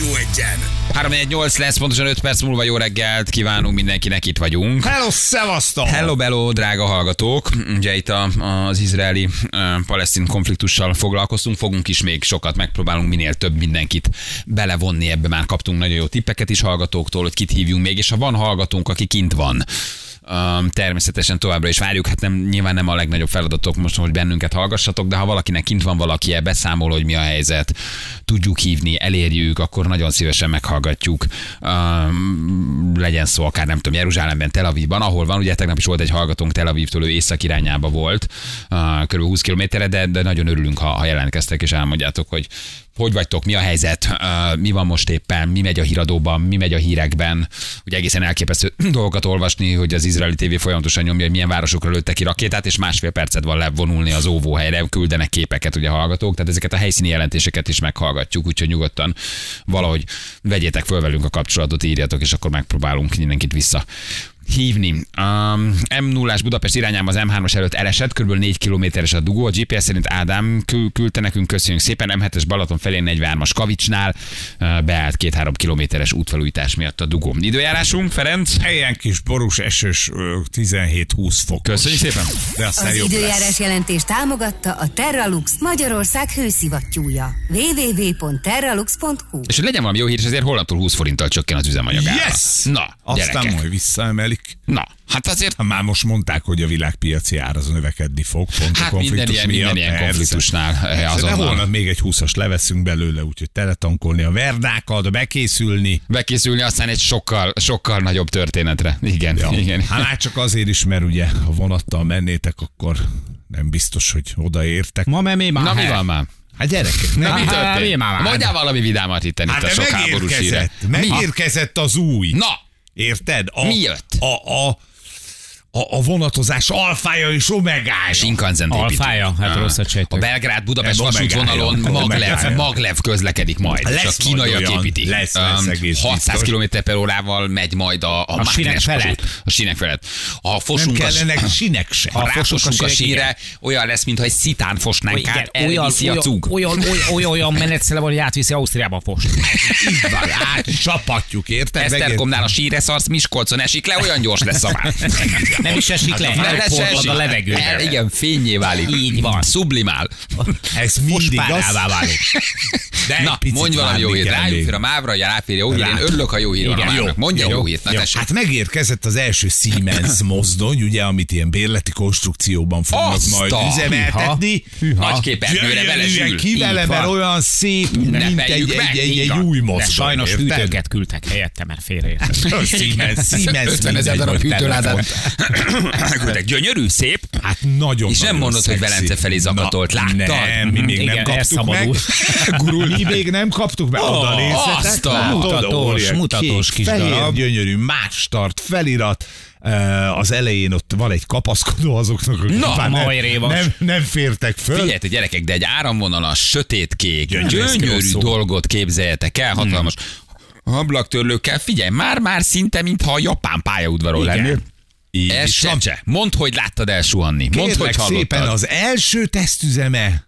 Rádió Egyen. 3-4-8 lesz, pontosan 5 perc múlva jó reggelt kívánunk mindenkinek, itt vagyunk. Hello, szevasztok! Hello, bello, drága hallgatók. Ugye itt az izraeli-palesztin konfliktussal foglalkoztunk, fogunk is még sokat, megpróbálunk minél több mindenkit belevonni ebbe. Már kaptunk nagyon jó tippeket is hallgatóktól, hogy kit hívjunk még, és ha van hallgatónk, aki kint van, természetesen továbbra is várjuk, hát nyilván nem a legnagyobb feladatok most, hogy bennünket hallgassatok, de ha valakinek kint van valaki, beszámol, hogy mi a helyzet, tudjuk hívni, elérjük, akkor nagyon szívesen meghallgatjuk. Legyen szó akár nem tudom, Jeruzsálemben, Tel Avivban, ahol van, ugye tegnap is volt egy hallgatónk Tel Avivtől, ő észak irányába volt, kb. 20 kilométerre, de nagyon örülünk, ha jelentkeztek és elmondjátok, hogy vagytok, mi a helyzet, mi van most éppen, mi megy a híradóban, mi megy a hírekben. Ugye egészen elképesztő dolgokat olvasni, hogy az izraeli tévé folyamatosan nyomja, hogy milyen városokra lőttek ki rakétát, és másfél percet van levonulni az óvóhelyre, küldenek képeket ugye hallgatók, tehát ezeket a helyszíni jelentéseket is meghallgatjuk, úgyhogy nyugodtan valahogy vegyétek föl velünk a kapcsolatot, írjatok, és akkor megpróbálunk mindenkit vissza hívni. M0-ás Budapest irányában az M3-as előtt elesett, kb. 4 kilométeres a dugó. A GPS szerint Ádám küldte nekünk, köszönjük szépen. M7-es Balaton felé 43-as Kavicsnál beállt 2-3 kilométeres útfelújítás miatt a dugó. Időjárásunk, Ferenc? Ilyen kis borús, esős, 17-20 fok. Köszönjük szépen. De aztán Az jobb időjárás lesz. jelentést támogatta a Terralux Magyarország hőszivattyúja. www.terralux.hu. És hogy legyen valami jó hír, és ezért holnaptól 20 forinttal csökken az üzemanyagára. Yes! Na, Aztán gyerekek. majd visszaemelik. Na, hát azért... Már most mondták, hogy a világpiaci ár az növekedni fog, pont Hát a konfliktus minden ilyen persze. konfliktusnál De azonnal. holnap még egy 20-as leveszünk belőle, úgyhogy teletankolni a verdákat, bekészülni. Aztán egy sokkal nagyobb történetre. Igen, Ja. igen. Hát már csak azért is, mert ugye, ha vonattal mennétek, akkor nem biztos, hogy odaértek. Na mi van már? Hát gyerekek, nem Mi mi történt? Mondjál valami vidámat itt Hát a de sok háborús híre. megérkezett az új. Na, Érted? mi jött? A vonatozás alfája és omegája. Shinkansen építünk. Alfája? Hát rosszat sejtök. A Belgrád-Budapest Nem, vasútvonalon omegája. maglev közlekedik majd. Lesz És a kínaiak majd olyan. építik. Lesz egész 600 biztos. km/h megy majd a sínek felett. A sínek felett. A Nem fosunk kellenek sinek se. ha ráfosunk a sínek, sínre, olyan lesz, mintha egy szitán fosnánk át, olyan, elviszi a cug. olyan menetszele van, hogy átviszi Ausztriába a post. Így van, csapatjuk, érted? Esztergomnál a sínre szarsz, Miskolcon esik le, olyan gyors lesz a vár. Nem is esik le, elporlad a levegőbe. Igen, fényé válik. Így van. Sublimál. Ez mindig az. Postpárává válik. De egy Na, picit mondj valami jó várni hírt. kell Rájuk még. fér a mávra, hogy ráfér jó hír. Én örülök, ha jó hír van a Igen, mávnak. Mondja jó hírt. Na, Jó. tessék. Hát megérkezett az első Siemens mozdony, ugye, amit ilyen bérleti konstrukcióban fognak Azt majd a- üzemeltetni. Nagy képernyőre belesül. Ki vele, Így mert van. olyan szép, mint Ünnepeljük meg, így egy van. új De mozdony. sajnos érted? hűtőket küldtek helyette, mert félreértettek. A Siemens 50 000 darab mindegy, hűtőládát. telefont. Küldtek. Gyönyörű, szép. Hát nagyon. És nem mondod, hogy Velence felé zakatolt. Láttad? Nem, mi még Igen, nem kaptuk meg. elszabadult. Gurul, mi még nem kaptuk meg. Oda nézzetek. azt a- Látod, óriás, mutatós kék, kis fehér, darab. gyönyörű, más start, felirat. Az elején ott van egy kapaszkodó azoknak, akik Na, már majrévas. nem fértek föl. Figyeljetek, gyerekek, de egy áramvonalas, sötétkék, Gyönyörű gyönyörű szó. dolgot képzeljetek el, hatalmas ablaktörlőkkel. Figyelj, már szinte, mintha a japán pályaudvaron Igen. lennél. Így Ez is van. se. Mondd, hogy láttad elsuhanni. Mondd, hogy Kérlek hallottad. szépen, az első tesztüzeme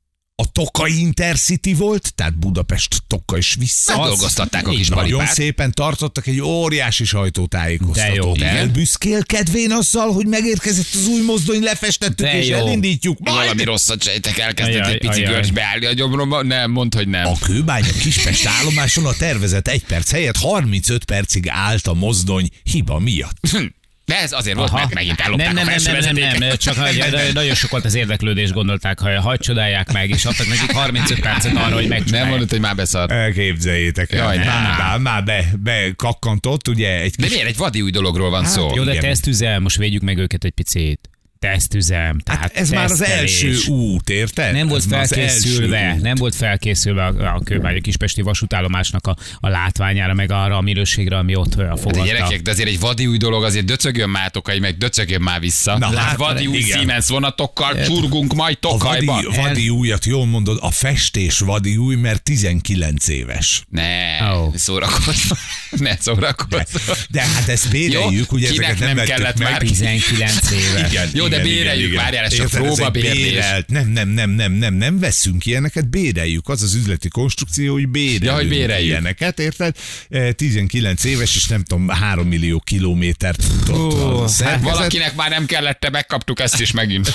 a Tokai Intercity volt, tehát Budapest-Toka is vissza. Megdolgoztatták a Így kis nagyon paripát. szépen tartottak egy óriási De jó. sajtótájékoztatót. Igen. Elbüszkélkedvén azzal, hogy megérkezett az új mozdony, lefestettük De és jó. elindítjuk. Valami Majd rosszat sejtek, elkezdett Ajaj, egy pici ajaj. görcs beállni a gyomromba. Nem, mondd, hogy nem. a Kőbánya Kispest állomáson a tervezett 1 perc helyett 35 percig állt a mozdony hiba miatt. De ez azért volt, mert megint ellopták Nem, a felső vezetéket. csak nagyon sok volt az érdeklődés, gondolták, hogy hagyd csodálják meg, és adtak nekik 35 percet arra, hogy Nem megcsodálják. mondod, hogy már beszart. Elképzeljétek el. Jaj, Már bekakkantott, ugye egy De kis... miért? Egy vadi új dologról van szó. Jó, de Igen. tesztüzem, most védjük meg őket egy picit. Tesztüzem, tehát Hát ez már az tesztelés. első út, érted? Nem volt Ez már az felkészülve, első út. nem volt felkészülve a Kőbánya Kispesti vasútállomásnak a látványára, meg arra a minőségre, ami ott De fogadta. gyerekek, de azért egy vadi új dolog, azért döcögjön már Tokai, meg döcögjön már vissza. Na, Hát hát, vadi új igen. Siemens vonatokkal csurgunk majd A Tokajban. vadi újat, jól mondod, a festés vadi új, mert 19 éves. Ne, Ó. szórakozz. Ne szórakozz. De hát ezt béreljük, ugye kinek ezeket nem nem vettük kellett meg. már 19 éves. Igen, Jó, de de béreljük, várjál, ez csak próbabérlés. Nem veszünk ilyeneket, béreljük. Az az üzleti konstrukció, hogy béreljük ilyeneket, érted? 19 éves, és nem tudom, 3 millió kilométert futott. Valakinek már nem kellett, megkaptuk ezt is megint.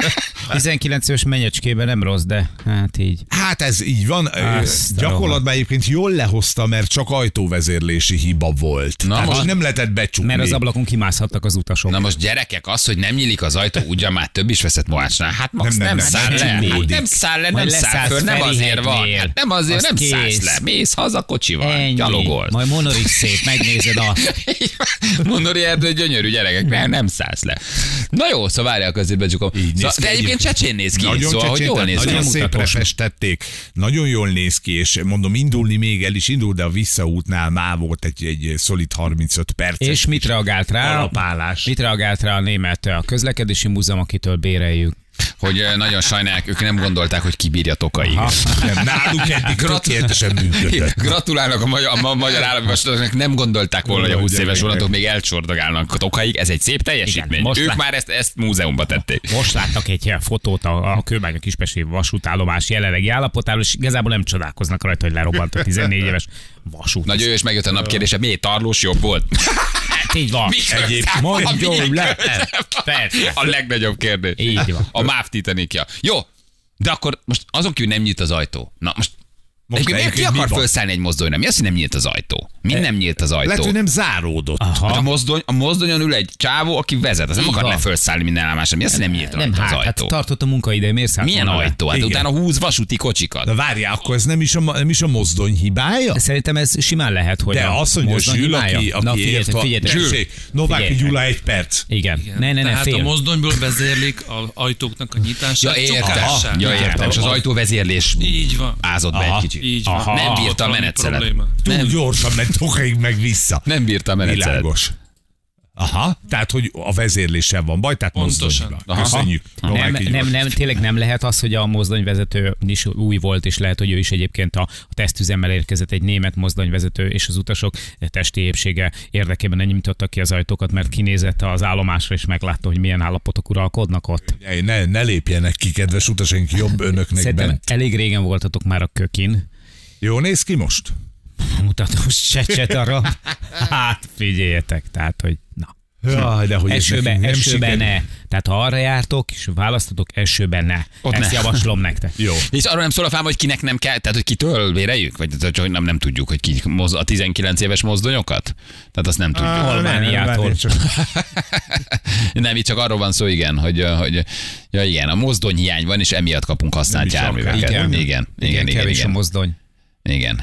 19 éves menyecskében nem rossz, de hát így. Hát ez így van. Gyakorlatban egyébként jól lehozta, mert csak ajtóvezérlési hiba volt. Na most nem lehetett becsukni. Mert az ablakon kimászhattak az utasok. Na most gyerekek, az, hogy nem nyílik az ajtó, ugyan már több is veszett Moácsnál. Hát max nem száll le. Nem száll le, nem száll föl, nem azért van. Nem azért, nem szállsz le. Mész haza kocsival, gyalogolt. Majd Monori szép, megnézed azt. Monori erdő gyönyörű gyerekek, nem szállsz le. Na jó, szóval várjál, azért becsukom. De egyébként Csecsén néz ki, szóval, hogy jól néz ki. Nagyon szépre festették, nagyon jól néz ki, és mondom, indulni még el is indul, de a visszaútnál már volt egy szolid 35 perc. És mit reagált rá? Alapállás. Mit reagált rá a német a közlekedési múzeum, akitől béreljük? Hogy nagyon sajnálják, ők nem gondolták, hogy kibírja Tokaig. Nem, náluk eddig tökéletesen működött. Gratulálnak a magyar állami vasútoknak, nem gondolták volna, hogy a 20 éves vonatok még elcsordogálnak Tokaig. Ez egy szép teljesítmény. Igen, ők már ezt múzeumba tették. Most láttak egy fotót a Kőbánya Kispesti vasútállomás jelenlegi állapotáról, és igazából nem csodálkoznak rajta, hogy lerobbant a 14 éves vasút. Nagyon jó, és megjött a napkérdése, miért Tarlós jobb volt? Hát így van. Mondjon le. A legnagyobb kérdés. Így van. A MÁV Titanicja. Jó, de akkor most azon kívül nem nyílt az ajtó. Na most ki akar felszállni egy mozdonyra? Mi az, hogy nem nyílt az ajtó? Mi nem nyílt az ajtó? Lehet, hogy nem záródott. A mozdonyon ül egy csávó, aki vezet. Az nem akar lefelszállni minden állomásra. Mi az, hogy nem nyílt az ajtó? Hát tartott a munkaidő, miért szállt? Milyen ajtó? Hát utána húz vasúti kocsikat. De várjál, akkor ez nem is a mozdony hibája? De szerintem ez simán lehet, hogy de azt mondja, hogy Zsül, aki figyelj. Nováky Gyula 1 perc. Igen. Ne, tehát a mozdonyból vezérlik az ajtóknak a nyitását. Ja, értem. És az ajtóvezérlés ázott be egy kicsit. Így van. Nem bírta a menetszelet. Túl gyorsan ment Tokaig meg vissza. Nem bírta a menetszelet. Világos. Aha, tehát hogy a vezérléssel van baj, tehát mozdonyban. Köszönjük. Nem, tényleg nem lehet az, hogy a mozdonyvezető is új volt, és lehet, hogy ő is egyébként a tesztüzemmel érkezett egy német mozdonyvezető, és az utasok testi épsége érdekében nem nyitottak ki az ajtókat, mert kinézett az állomásra, és meglátta, hogy milyen állapotok uralkodnak ott. Ne lépjenek ki, kedves utasaink, jobb önöknek szerintem bent. Elég régen voltatok már a kökin. Jó néz ki most? Mutatom Csecset arra. Hát figyeljetek, tehát, hogy na. Jaj, de hogy esőben ne. Tehát ha arra jártok, és választatok, esőben ne. Ott ezt javaslom nektek. Jó. És arra nem szól a fám, hogy kinek nem kell, tehát hogy kitől véreljük? Vagy hogy nem tudjuk, hogy ki a 19 éves mozdonyokat? Tehát azt nem tudjuk. Holmániától. Nem, itt csak arról van szó, igen, hogy ja igen, a mozdony hiány van, és emiatt kapunk használt járműveket. Igen, kevés a mozdony. Igen.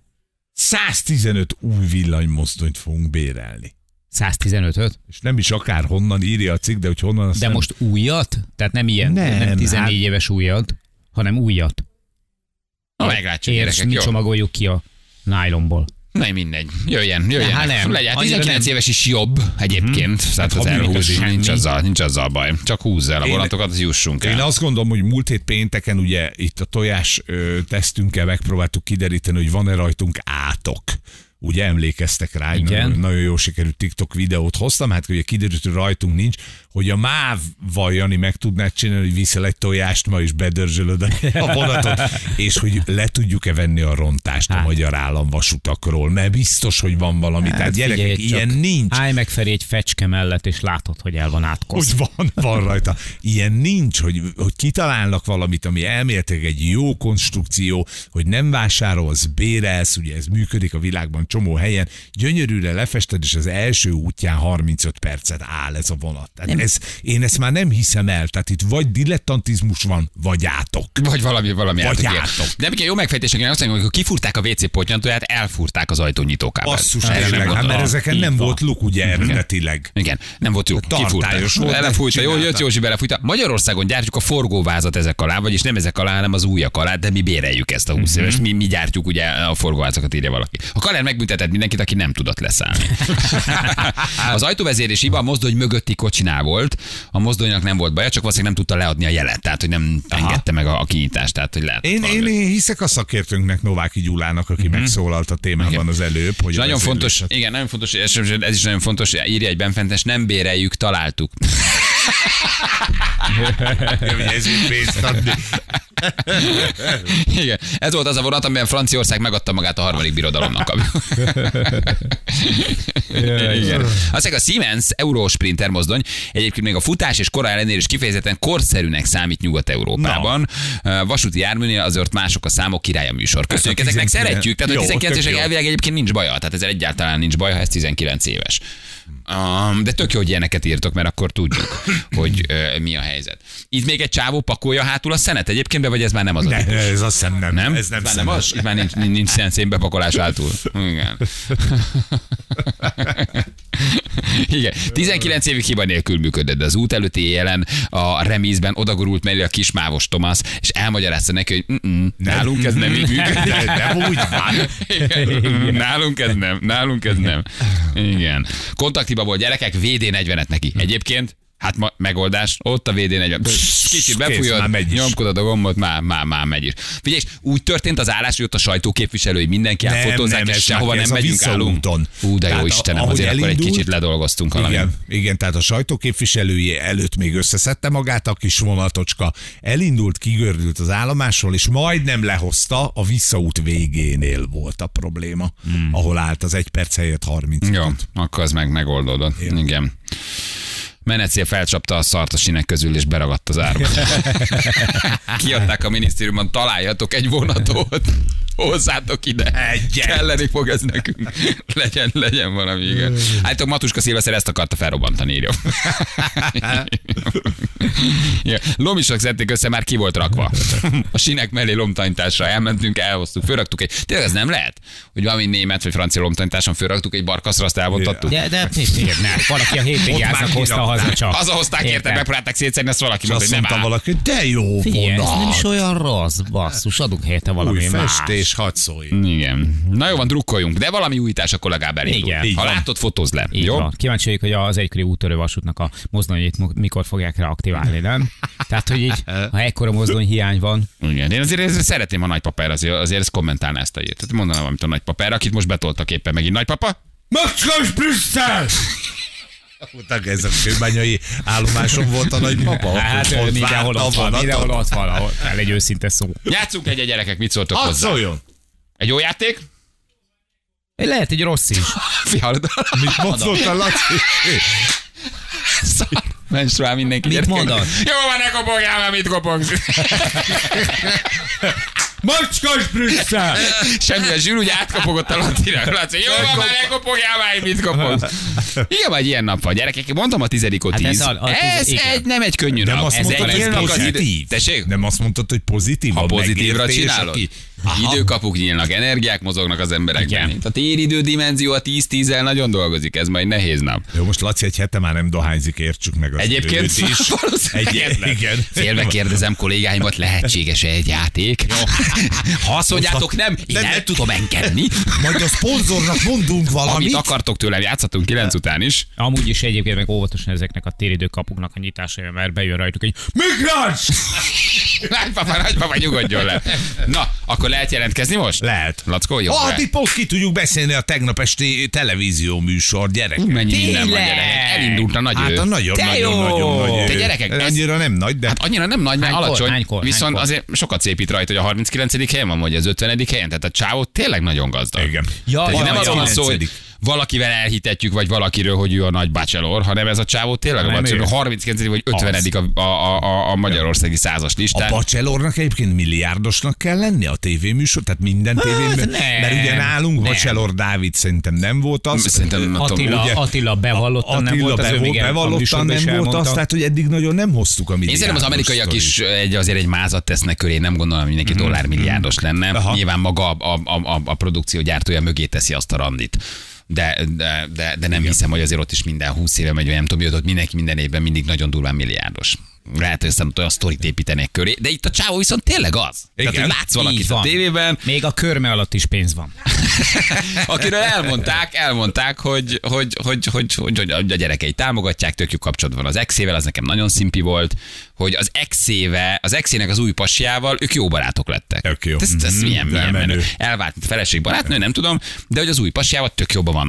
115 új villanymozdonyt fogunk bérelni. 115-öt? És nem is akárhonnan írja a cikk, de hogy honnan azt de nem... most újat? Tehát nem ilyen, nem 14 éves újat, hanem újat. Na meglátjuk, gyerekek, mi csomagoljuk ki a nylonból. Nem mindegy. Jöjjön. Nem. Legyen 19 éves is jobb egyébként. Tehát az elhúzni, nincs azzal baj. Csak húzz el a vonatokat, az jussunk el. Én azt gondolom, hogy múlt hét pénteken ugye itt a tojás tesztünkkel megpróbáltuk kideríteni, hogy van-e rajtunk átok. Ugye emlékeztek rá, nagyon jó sikerült TikTok videót hoztam, hát ugye kiderült, hogy rajtunk nincs, hogy a MÁV-val Jani meg tudnád csinálni, hogy viszel egy tojást ma is bedörzsölöd a vonatot, és hogy le tudjuk-e venni a rontást a magyar államvasutakról, mert biztos, hogy van valami. Hát, tehát gyerekek, ilyen nincs. Állj meg Feri egy fecske mellett, és látod, hogy el van átkozva. Hogy van rajta. Ilyen nincs, hogy kitalálnak valamit, ami elméletileg egy jó konstrukció, hogy nem vásárolsz, bérelsz, ugye ez működik a világban csomó helyen, gyönyörűre lefested, és az első útján 35 percet áll ez a vonat. Tehát én ezt már nem hiszem el, tehát itt vagy dilettantizmus van, vagy átok. Vagy valami vagy átok. De még jó megfejtésnek, azt mondom, hogy kifúrták a WC potyantőját, elfúrták az ajtónyitókábelt. Basszus, hát mert ezeken nem volt luk, ugye eredetileg. Igen, nem volt luk. Kifúrták. Belefújta, jó, jött Józsi, belefújta. Magyarországon gyártjuk a forgóvázat ezek alá, vagyis nem ezek alá, hanem az újak alá, de mi béreljük ezt a 20 éves. Mi gyártjuk ugye a forgóvázakat, írja valaki. A Kaler megbüntetett mindenkit, aki nem tudott leszállni. Az ajtóvezérés hiba a mozdony mögötti kocsinál volt. A mozdonynak nem volt baja, csak valószínűleg nem tudta leadni a jelet, tehát hogy nem engedte meg a kinyitást, tehát hogy lehet. Én hiszek a szakértőnknek, Nováky Gyulának, aki megszólalt a témában az előbb, hogy nagyon fontos, igen, nagyon fontos, ez is nagyon fontos, írja egy benfentes, nem béreljük, találtuk. Ezért pénzt adni. Igen. Ez volt az a vonat, amiben Franciaország megadta magát a harmadik birodalomnak. Igen. Aztán a Siemens Eurosprinter mozdony egyébként még a futás és kora ellenére is kifejezetten korszerűnek számít Nyugat-Európában. Vasúti járműnél azért mások a számok, király a műsor. Köszönjük, ezeknek szeretjük. Tehát a 19-esek elvileg egyébként nincs baja. Tehát ez egyáltalán nincs baj, ha ez 19 éves. De tök jó, hogy ilyeneket írtok, mert akkor tudjuk, hogy mi a helyzet. Itt még egy csávó pakolja hátul a szenet egyébként, vagy ez már nem az a típus? Ez azt hiszem nem. Nem? Ez nem az? Itt már nincs szénbepakolás hátul. Igen. Igen. 19 évig hiba nélkül működött, de az út előtti éjjelen a remízben odagurult mellé a kis mávos Tomasz, és elmagyarázta neki, hogy nálunk ez nem így működik. Nem úgy van. Nálunk ez nem. Igen. Kontaktiba volt gyerekek, VD40-et neki. Egyébként hát megoldás, ott a VD40. Kicsit befújod, nyomkodod a gombot, már megy is. Figyelj, úgy történt az állás, hogy ott a sajtóképviselői mindenki elfotózzák, és sehova nem megyünk, állunk. De jó Istenem, azért akkor egy kicsit ledolgoztunk valamit. Igen, tehát a sajtóképviselői előtt még összeszedte magát a kis vonatocska, elindult, kigördült az állomásról, és majdnem lehozta, a visszaút végénél volt a probléma, ahol állt az 1 perc helyett 30 Jó, akkor az megoldódott. Igen. Menetszél felcsapta a szart a sinek közül, és beragadt az árba. Kiadták a minisztériumban, találjatok egy vonatot, hozzátok ide. Kelleni fog ez nekünk. Legyen valami, igen. Állítok, Matuska Szilveszer ezt akarta felrobbantani, írja. Ja. Lomisok szedték össze, már ki volt rakva. A sinek mellé lomtanításra elmentünk, elhoztuk, fölraktuk egy... Tényleg ez nem lehet? Hogy valami német vagy francia lomtanításon fölraktuk egy barkaszra, azt elvontattuk. De nem. Valaki a hétvégéháznak hozta haza csak. Hazahozták, érted, megpróbálták szétszedni, ezt valaki mondta, hogy nem áll. Valaki, de jó figyelj, vonat. ez nem is olyan rossz, basszus, adunk helyette valami új más. festés, hadd szólj. Igen. Na jó van, drukkoljunk, de valami újítás akkor legalább elindul. Igen. Ha látod, fotózd le. Így jó? Van. Kíváncsi vagyok, hogy az egykori úttörő vasútnak a mozdonyait mikor fogják reaktiválni, nem? Tehát, hogy így, ha ekkora mozdony hiány van. Igen, én azért szeretném, ha nagypapára azért ezt kommentálná ezt a írt. Tehát mondanám valamit a nagypapára, akit most betoltak éppen megint. Nagypapa? Macskás Brüsszel! Ez a kőbányai állomáson volt a nagypapa. Hát mindenhol ott van, ahol el egy őszinte szó. Játszunk egy gyerekek, mit szóltok hozzá? Szóljon! Egy jó játék? Lehet egy rossz is. Fialod. Mit mondott a Laci? Menstruál mindenki. Mit mondod? Jó van, ne kopogjál már, mit kopogsz? Macskás Brüsszel! Semmi, a Zsül úgy átkopogott a Lacira. Laci, jó van, már ne kopogjál már, mit kopogsz? Igen, vagy ilyen nap van, gyerekek. Mondtam a 10-ot 10. Ez nem egy könnyű nap. Nem azt mondtad, hogy pozitív. Tessék? Nem azt mondtad, hogy pozitív. Ha pozitívra csinálod. Időkapuk nyílnak, energiák mozognak az emberekben. A téridő dimenzió a 10-10-el nagyon dolgozik, ez majd nehéz nap. Jó, most Laci egy hete már nem dohányzik, értsük meg azt. Egyébként is. Igen. Félve kérdezem kollégáimat, lehetséges-e egy játék? Ha azt mondjátok nem, én el tudom engedni. Majd a szponzornak mondunk valamit. Amit akartok tőlem, játszhatunk 9 után is. Amúgy is egyébként meg óvatosan ezeknek a téridőkapuknak a nyitása, mert bejön rajtuk egy migráns! Nagypapa, nyugodjon le. Na, akkor lehet jelentkezni most? Lehet. Lackó, jó. Addig pont ki tudjuk beszélni a tegnap esti televízió műsor, gyerekek. Mennyi minden van, gyerekek. Elindult a nagy Hát a nagyon nagy. Te gyerekek, annyira nem nagy, de... Hát annyira nem nagy, mert alacsony. Hánykor? Viszont azért sokat szépít rajta, hogy a 39. helyen van, vagy az 50. helyen. Tehát a csávó tényleg nagyon gazdag. Igen. Ja, Tehát nem arról van szó, 9. hogy valakivel elhitetjük, vagy valakiről, hogy ő a nagy bachelor, hanem ez a csávó tényleg a 39. vagy 50. a magyarországi százas listán. A bachelornak egyébként milliárdosnak kell lenni a tévéműsor, tehát minden tévében. Mert ugye nálunk Bachelor Dávid szerintem nem volt az. Szerintem Attila bevallottan nem volt az, bevallottan nem volt az, tehát hogy eddig nagyon nem hoztuk a milliárdos. Én szerintem az amerikaiak is azért egy mázat tesznek köré, nem gondolom, hogy mindenki dollármilliárdos lenne. Aha. Nyilván maga a produkció gyártója mögé teszi azt a randit. De nem hiszem, hogy azért ott is minden 20 éve megy, vagy nem tudom, hogy ott mindenki minden évben mindig nagyon durván milliárdos. Lehet, hogy aztán olyan sztorit építenek köré, de itt a csávó viszont tényleg az. Igen. Tehát, hogy látsz valakit a tévében. Még a körme alatt is pénz van. Akiről elmondták, hogy a gyerekei támogatják, tök jó kapcsolatban van az exével, az nekem nagyon szimpi volt, hogy az exének az új pasiával ők jó barátok lettek. Tök jó. Ez milyen menő. Elvált feleség barátnő, nem tudom, de hogy az új pasiával tök jobban vannak.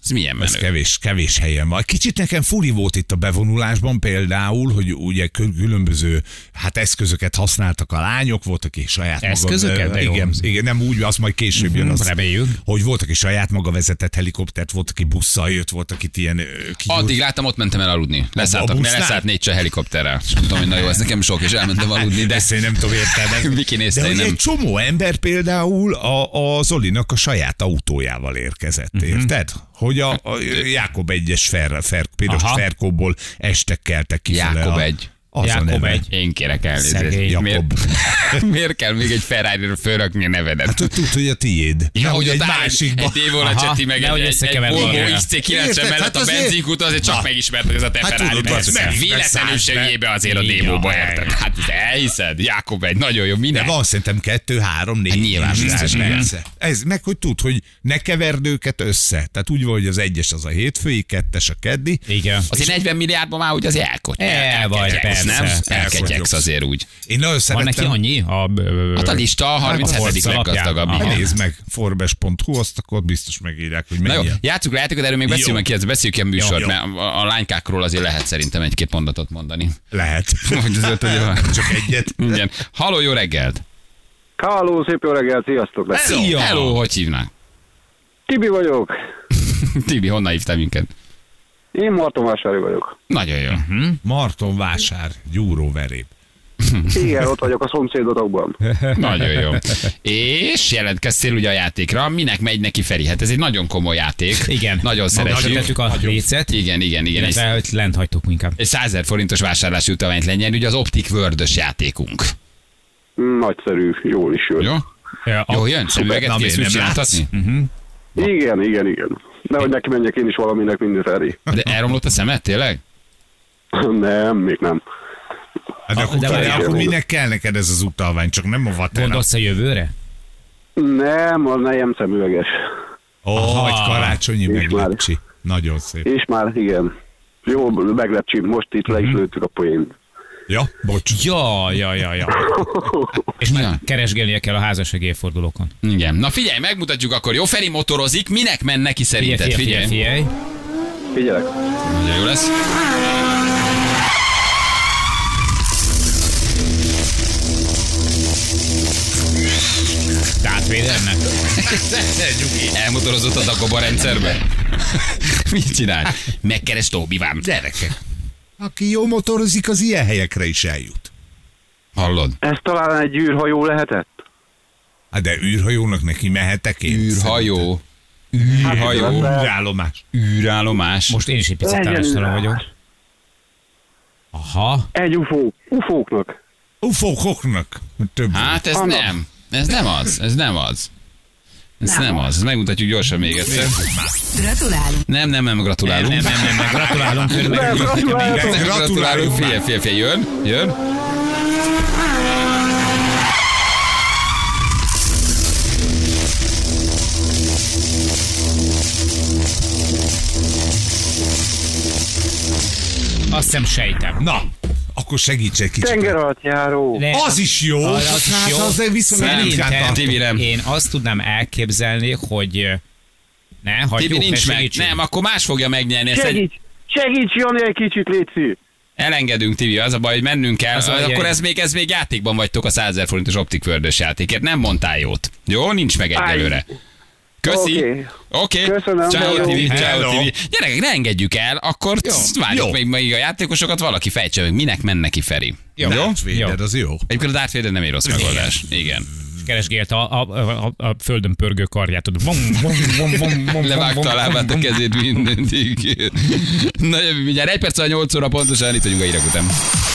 Ez milyen Ez menő. kevés helyen van. Kicsit nekem furi volt itt a bevonulásban például, hogy ugye különböző eszközöket használtak a lányok, voltak aki saját Eszközöket? De jó. Igen, nem úgy, az majd később jön. Az, Reméljük. hogy volt, aki saját maga vezetett helikoptert, volt, aki busszal jött, volt, akit ilyen... Addig láttam, ott mentem el aludni. busznál? Leszállt 4 cseh helikopterrel. És mondtam, hogy na jó, ez nekem sok, és elmentem aludni, de ezt én nem tudom értelmezni. Viki nézte, De én hogy nem. egy csomó ember például a Zolinak a saját autójával érkezett, érted? Hogy a Jákob 1-es piros Aha. Ferkóból este keltek kifele. Jákob a- 1. az a Jákob neve. 1. Én kérek elnézést. Szegény Jakob. Miért kell még egy Ferrari-ra fölrakni a nevedet? Hát, hogy tudd, hogy a tiéd. Ja, Nehogy hogy egy ott áll másikba. egy Évola Aha, Cseti, meg nehogy egy összekeverd Volvo valamivel. XC90 Érted? mellett Hát a azért- benzinkút, azért csak megismert, hogy ez a te Hát Ferrari. tudod, az meg- Véletlenül megszállsz se be. üljébe azért a Így démóba, van. érted? Hát ezt elhiszed? Jákob 1, nagyon jó, De minden. van szerintem 2, 3, 4. Hát nyilván biztos, igen. persze. Ez meg, hogy tudd, hogy ne keverd őket össze. Tehát úgy van, hogy az 1-es az a hétfői, 2-es a keddi. Igen. Azért 40 milliárdban már úgy az El vagy, elkegyegsz, nem? persze. Elkegyegsz azért úgy. Én nagyon Van neki szerettem. annyi? Hát a lista a 37. Forbes alapján. leggazdagabb. Aha. igen. Nézd meg, Forbes.hu, azt akkor biztos megírják, hogy Na jó, mennyi. játsszuk le játékot, erről még beszéljünk Jó. meg, beszéljük ilyen műsort, Jó. mert a lánykákról azért lehet szerintem egy-két mondatot mondani. Lehet. Hogy az ötödje van. Csak egyet. Igen. Halló, jó reggelt! Halló, szép jó reggelt, sziasztok! Szia! Hello, hogy hívnák? Tibi vagyok. Tibi, honnan hívtál minket? Én Martonvásári vagyok. Nagyon jó. Martonvásár, Gyúróveréb. Igen, ott vagyok a szomszédotokban. Nagyon jó. És jelentkeztél ugye a játékra. Minek megy neki Feri? Hát ez egy nagyon komoly játék. Igen. Nagyon Magasra szeretjük. tettük a lécet, Igen. illetve hogy lent hagytuk inkább. Egy 100 000 forintos vásárlási utalványt legyen, ugye az Optic World-ös játékunk. Nagyszerű, jól is jön. Jó? Jó, jön? Na, Szemüveget miért készült nem csináltatni? Igen. Nehogy neki menjek én is valaminek, minden Feri. De elromlott a szemed, tényleg? Nem, még nem. Hát akkor, de várjál, akkor akkor- minek kell neked ez az utalvány? Csak nem a vatera. Gondolsz a jövőre? Nem, a nejem szemüveges. Ó, egy karácsonyi És meglepcsi. Nagyon szép. És már, igen. Jó, meglepcsi, most itt le is lőttük a poént. Ja, bocs. Ja. És már Ja. keresgélnie kell a házassági évfordulókon. Igen. Na figyelj, megmutatjuk akkor. Jó, Feri motorozik. Minek men neki szerinted? Figyelj. Figyelek. Nagyon jó lesz. Darth Vadernek. Elmotorozott a Dagoba rendszerbe. Mit csinál? Megkeres Obi-Wan. Gyerekek. Aki jó motorozik, az ilyen helyekre is eljut. Hallod? Ez talán egy űrhajó lehetett? Hát de űrhajónak neki mehetek én. Űrhajó. Űrhajó. Űrállomás. Űrállomás. Most én is egy picit Legyen tanástalan űrállomás. vagyok. Aha. Egy ufóknak. Ufókoknak. Több. Hát ez Annak. nem. Ez nem az. Ez nem az. Ez nem az. Megmutatjuk gyorsan még egyszer. Gratulálunk! Nem, gratulálunk. Nem. Gratulálunk. Gratulálunk. Figyelj. Jön. Azt hiszem sejtem. Na, akkor segíts egy kicsit. Tenger alatt járó. De Az is jó. Az is Hát jó. az viszont Szerintem ritkán tartom. Tibi nem. Én azt tudnám elképzelni, hogy ne, hagyjuk, Tibi ne nincs meg. segítsünk. Nem, akkor más fogja megnyerni. Ezt Segíts, Jani, egy kicsit, létszi. elengedünk, Tibi, az a baj, hogy mennünk kell. Az a Akkor baj, ez még játékban vagytok a 100 000 forintos Optic World-ös játékért. Nem mondtál jót. Jó, nincs meg egyelőre. Köszi. Oké. Köszönöm, Ciao, hello. Tibi. Ciao, Hello. Tibi. Gyerekek, ne engedjük el, akkor várjuk Jó. még a játékosokat, valaki fejtse meg, minek men neki Feri. Jó? Vader, az jó. Egyébként a Darth Vader nem egy rossz megoldás. Igen. Keresgélt a földön pörgő karját. Levágta a lábát, a kezét, mindent. Na jövő mindjárt. 1 perc, 8 óra pontosan, itt vagyunk a hírek után.